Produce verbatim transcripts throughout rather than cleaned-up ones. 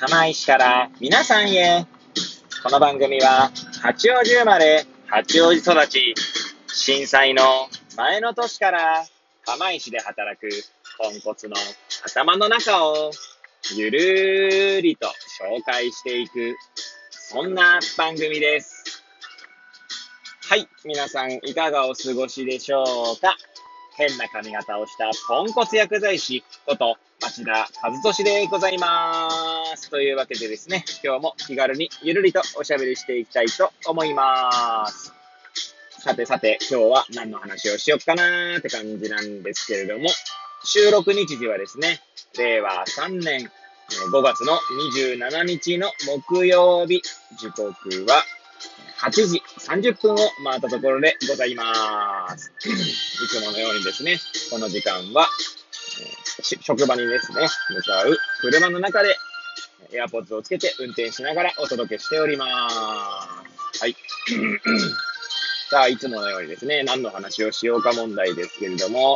釜石から皆さんへ。この番組は八王子生まれ八王子育ち、震災の前の年から釜石で働くポンコツの頭の中をゆるーりと紹介していく、そんな番組です。はい、皆さんいかがお過ごしでしょうか。変な髪型をしたポンコツ薬剤師こと町田和俊でございます。というわけでですね、今日も気軽にゆるりとおしゃべりしていきたいと思います。さてさて、今日は何の話をしよっかなーって感じなんですけれども、収録日時はですね、れいわさんねんごがつのにじゅうしちにちの木曜日、時刻ははちじさんじゅっぷんを回ったところでございます。いつものようにですね、この時間は、えー、職場にですね、向かう車の中で AirPods をつけて運転しながらお届けしております。はい。さあ、いつものようにですね、何の話をしようか問題ですけれども、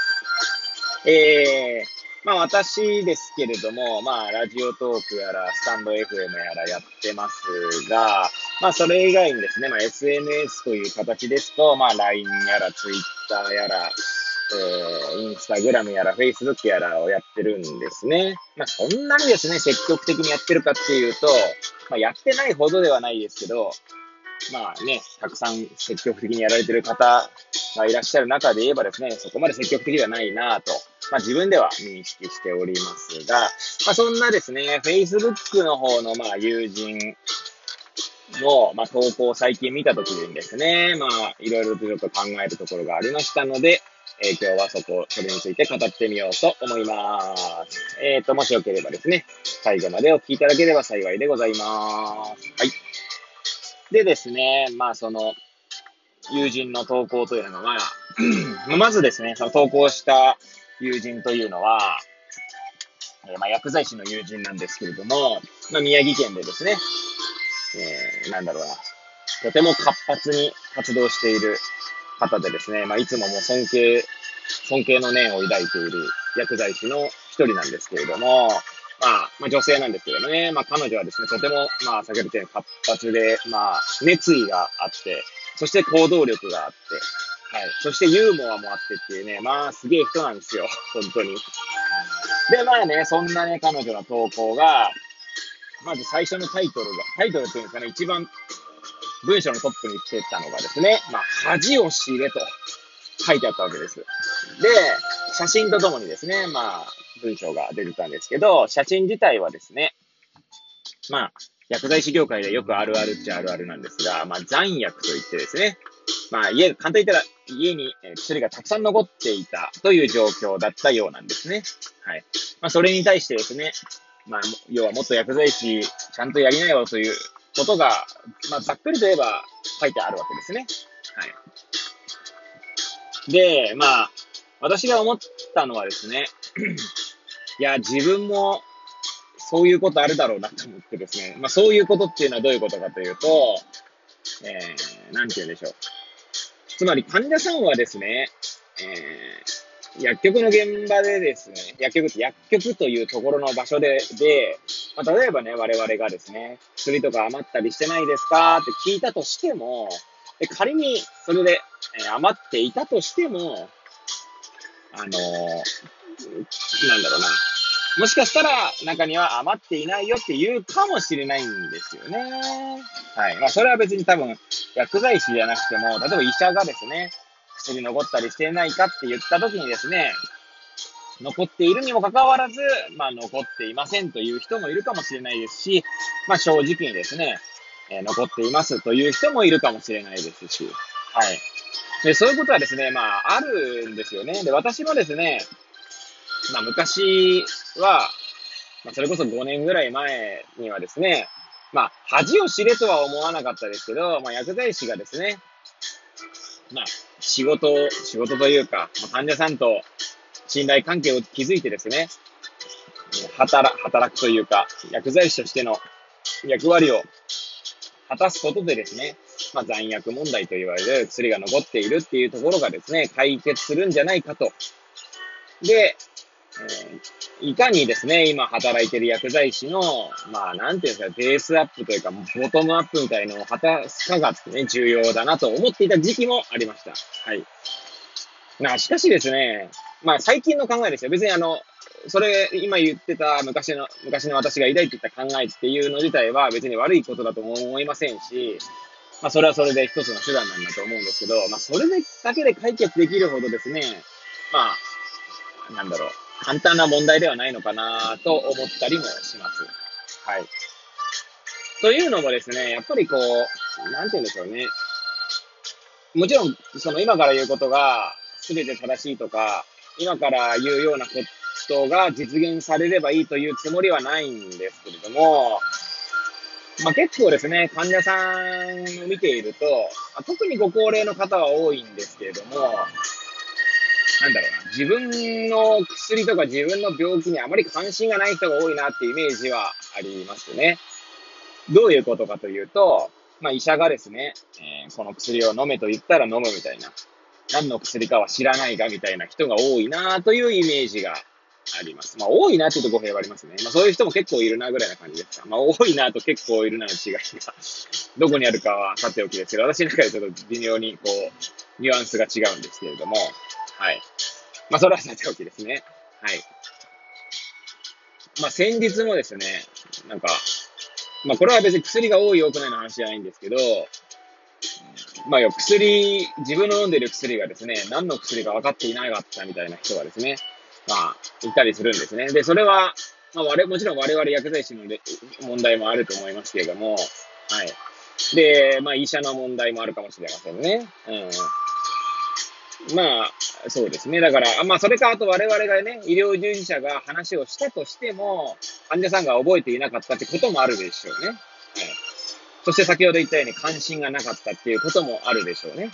えー、まあ私ですけれども、まあラジオトークやらスタンド エフエム やらやってますが、まあそれ以外にですね、まあ エスエヌエス という形ですと、まあ ライン やら Twitter やら、えー、Instagram やら Facebook やらをやってるんですね。まあそんなにですね、積極的にやってるかっていうと、まあやってないほどではないですけど、まあね、たくさん積極的にやられてる方がいらっしゃる中で言えばですね、そこまで積極的ではないなぁと、まあ自分では認識しておりますが、まあそんなですね、Facebook の方のまあ友人のまあ投稿を最近見たときにですね、まあいろいろとちょっと考えるところがありましたので、えー、今日はそこ、それについて語ってみようと思います。えーと、もしよければですね、最後までお聞きいただければ幸いでございます。はい。でですね、まあその、友人の投稿というのは、まずですね、その投稿した友人というのは、えー、まあ薬剤師の友人なんですけれども、まあ、宮城県でですね、えー、なんだろうな、とても活発に活動している方でですね、まあいつももう尊敬、尊敬の念を抱いている薬剤師の一人なんですけれども、まあ、まあ女性なんですけどね、まあ彼女はですね、とても、まあ先ほど言ったように活発で、まあ熱意があって、そして行動力があって、はい。そしてユーモアもあってっていうね、まあすげえ人なんですよ。本当に。で、まあね、そんなね、彼女の投稿が、まず最初のタイトルが、タイトルっていうんですかね、一番文章のトップに来てたのがですね、まあ恥を知れと書いてあったわけです。で、写真とともにですね、まあ文章が出てたんですけど、写真自体はですね、まあ、薬剤師業界でよくあるあるっちゃあるあるなんですが、まあ、残薬といってですね、まあ、家、簡単に言ったら、家に薬がたくさん残っていたという状況だったようなんですね。はい。まあ、それに対してですね、まあ、要はもっと薬剤師、ちゃんとやりなよということが、まあ、ざっくりと言えば書いてあるわけですね。はい。で、まあ、私が思ったのはですね、いや、自分も、そういうことあるだろうなと思ってですね。まあそういうことっていうのはどういうことかというと、えー、なんて言うんでしょう。つまり患者さんはですね、えー、薬局の現場でですね、薬局って薬局というところの場所で、で、まあ、例えばね、我々がですね、薬とか余ったりしてないですかって聞いたとしても、で仮にそれで、えー、余っていたとしても、あのー、なんだろうな、もしかしたら中には余っていないよって言うかもしれないんですよね。はい。まあそれは別に多分薬剤師じゃなくても、例えば医者がですね、薬残ったりしていないかって言った時にですね、残っているにもかかわらず、まあ残っていませんという人もいるかもしれないですし、まあ正直にですね、えー、残っていますという人もいるかもしれないですし、はい。で、そういうことはですね、まああるんですよね。で、私もですね、まあ昔は、まあ、それこそごねんぐらい前にはですね、まあ恥を知れとは思わなかったですけど、まあ薬剤師がですね、まあ仕事を、仕事というか、まあ、患者さんと信頼関係を築いてですね、働、働くというか、薬剤師としての役割を果たすことでですね、まあ残薬問題と言われる薬が残っているっていうところがですね、解決するんじゃないかと。で、 えーいかにですね、今働いてる薬剤師の、まあ、なんていうんですか、ベースアップというか、ボトムアップみたいのを果たすかがね、重要だなと思っていた時期もありました。はい。な、しかしですね、まあ、最近の考えですよ。別にあの、それ、今言ってた昔の、昔の私が抱いていた考えっていうの自体は別に悪いことだとも思いませんし、まあ、それはそれで一つの手段なんだと思うんですけど、まあ、それでだけで解決できるほどですね、まあ、なんだろう、簡単な問題ではないのかなと思ったりもします。はい。というのもですね、やっぱりこう、なんて言うんでしょうね。もちろん、その今から言うことが全て正しいとか、今から言うようなことが実現されればいいというつもりはないんですけれども、まあ、結構ですね、患者さんを見ていると、まあ、特にご高齢の方は多いんですけれども、なんだろうな、自分の薬とか自分の病気にあまり関心がない人が多いなっていうイメージはありますね。どういうことかというと、まあ、医者がですね、えーこの薬を飲めと言ったら飲むみたいな、何の薬かは知らないがみたいな人が多いなというイメージがあります。まあ、多いなというと語弊はありますね。まあ、そういう人も結構いるなぐらいな感じですか。まあ、多いなと結構いるなの違いが、どこにあるかはさておきですけど、私の中でちょっと微妙にこう、ニュアンスが違うんですけれども、はい。まあ、それはさておきですね。はい。まあ、先日もですね、なんか、まあ、これは別に薬が多い多くないの話じゃないんですけど、まあ、よ、薬、自分の飲んでいる薬がですね、何の薬か分かっていなかったみたいな人がですね、まあ、いたりするんですね。で、それは、まあ、我もちろん我々薬剤師の問題もあると思いますけれども、はい。で、まあ、医者の問題もあるかもしれませんね。うん。まあ、そうですね。だから、まあ、それか、あと我々がね、医療従事者が話をしたとしても、患者さんが覚えていなかったってこともあるでしょうね。はい。そして先ほど言ったように関心がなかったっていうこともあるでしょうね。はい。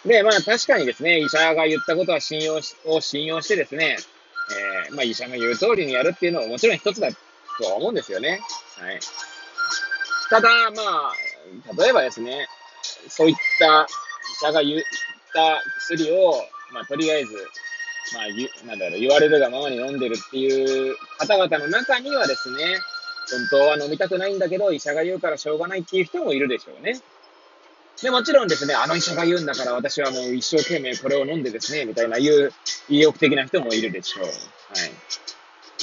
で、まあ確かにですね、医者が言ったことは信用し、を信用してですね、えー、まあ医者の言う通りにやるっていうのももちろん一つだとは思うんですよね。はい。ただ、まあ、例えばですね、そういった医者が言った薬を、まあとりあえず、まあ、言なんだろう、言われるがままに飲んでるっていう方々の中にはですね、本当は飲みたくないんだけど、医者が言うからしょうがないっていう人もいるでしょうね。で、もちろんですね、あの医者が言うんだから私はもう一生懸命これを飲んでですね、みたいな言う意欲的な人もいるでしょう。はい。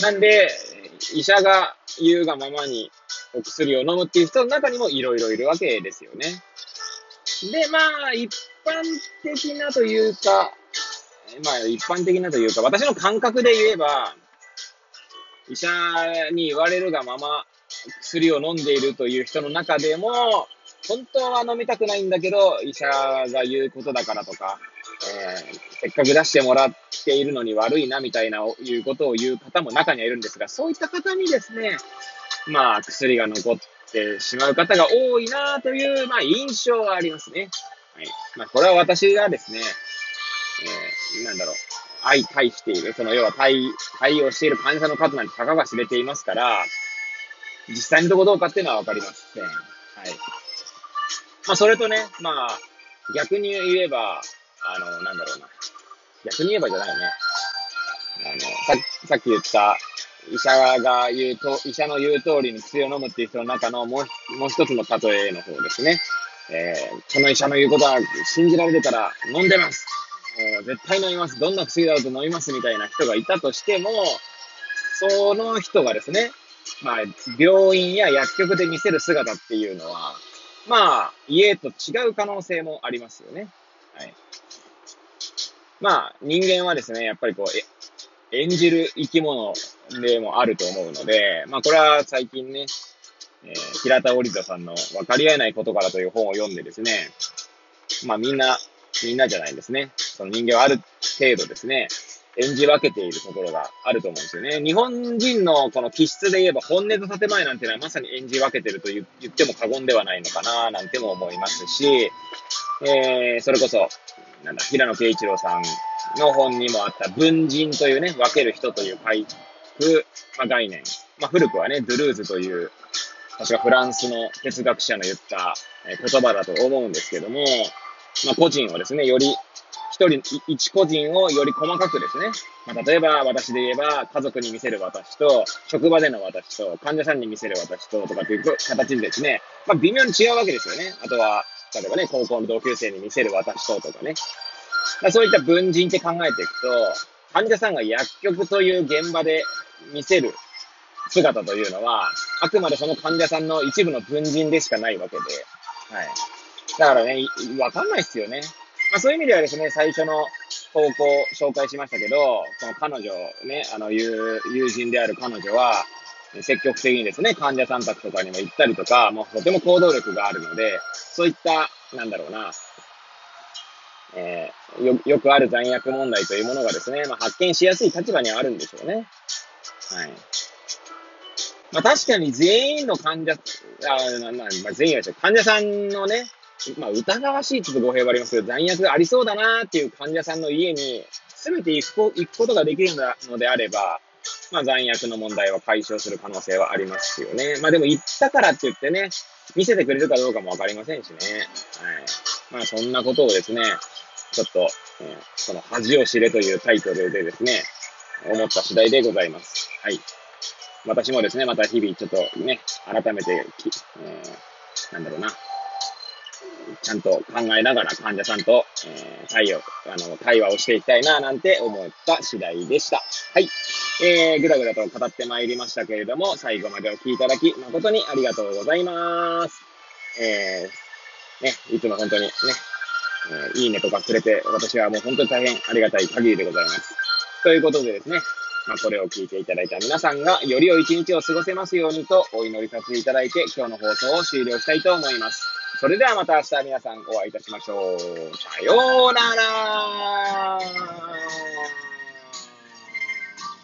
なんで、医者が言うがままにお薬を飲むっていう人の中にもいろいろいるわけですよね。で、まあ、一般的なというか、まあ、一般的なというか、私の感覚で言えば、医者に言われるがまま薬を飲んでいるという人の中でも、本当は飲みたくないんだけど、医者が言うことだからとか、えー、せっかく出してもらっているのに悪いなみたいないうことを言う方も中にはいるんですが、そういった方にですね、まあ、薬が残ってしまう方が多いなという、まあ、印象はありますね。はい。まあ、これは私がですね、えー、なんだろう、相対している、その要は対、対応している患者の数なんてたかが知れていますから、実際のところどうかっていうのはわかりません。はい。まあ、それとね、まあ、逆に言えば、あの、なんだろうな。逆に言えばじゃないね。あの、ささっき言った、医者が言うと、医者の言う通りに薬を飲むっていう人の中のもう、もう一つの例えの方ですね。えー、この医者の言うことは信じられるから飲んでます。もう絶対飲みます。どんな薬だろうと飲みますみたいな人がいたとしても、その人がですね、まあ、病院や薬局で見せる姿っていうのは、まあ、家と違う可能性もありますよね。はい。まあ、人間はですね、やっぱりこう、演じる生き物でもあると思うので、まあ、これは最近ね、えー、平田織田さんの分かり合えないことからという本を読んでですね、まあ、みんな、みんなじゃないんですね。その人間はある程度ですね、演じ分けているところがあると思うんですよね。日本人のこの気質で言えば本音と建前なんていうのはまさに演じ分けてると言っても過言ではないのかななんても思いますし、えー、それこそ、なんだ、平野啓一郎さんの本にもあった文人というね、分ける人という回復、まあ、概念。まあ、古くはね、ドゥルーズという、確かフランスの哲学者の言った言葉だと思うんですけども、まあ、個人をですね、より一一人、一個人をより細かくですね。まあ、例えば私で言えば、家族に見せる私と、職場での私と、患者さんに見せる私と、とかっていう形でですね、まあ、微妙に違うわけですよね。あとは、例えばね、高校の同級生に見せる私と、とかね。まあ、そういった分人って考えていくと、患者さんが薬局という現場で見せる姿というのは、あくまでその患者さんの一部の分人でしかないわけで、はい。だからね、わかんないっすよね。まあそういう意味ではですね、最初の投稿紹介しましたけど、その彼女ね、あの友友人である彼女は、積極的にですね、患者さん宅とかにも行ったりとか、もうとても行動力があるので、そういった、なんだろうな、えー、よ、よくある残薬問題というものがですね、まあ、発見しやすい立場にはあるんでしょうね。はい。まあ確かに全員の患者、あななまあ、全員はですよ。患者さんのね、まあ疑わしいちょっと語弊はありますけど、残薬ありそうだなっていう患者さんの家に、すべて行く行くことができるのであれば、まあ残薬の問題は解消する可能性はありますよね。まあでも行ったからって言ってね、見せてくれるかどうかもわかりませんしね。はい。まあそんなことをですね、ちょっと、えー、その恥を知れというタイトルでですね、思った次第でございます。はい。私もですね、また日々ちょっとね、改めて、えー、なんだろうな、ちゃんと考えながら患者さんと、えー、対応、あの、対話をしていきたいな、なんて思った次第でした。はい。えー、ぐだぐだと語ってまいりましたけれども、最後までお聞きいただき、誠にありがとうございます。えー、ね、いつも本当にね、えー、いいねとかくれて、私はもう本当に大変ありがたい限りでございます。ということでですね、まあ、これを聞いていただいた皆さんがより良い一日を過ごせますようにとお祈りさせていただいて、今日の放送を終了したいと思います。それではまた明日皆さんお会いいたしましょう。さようなら。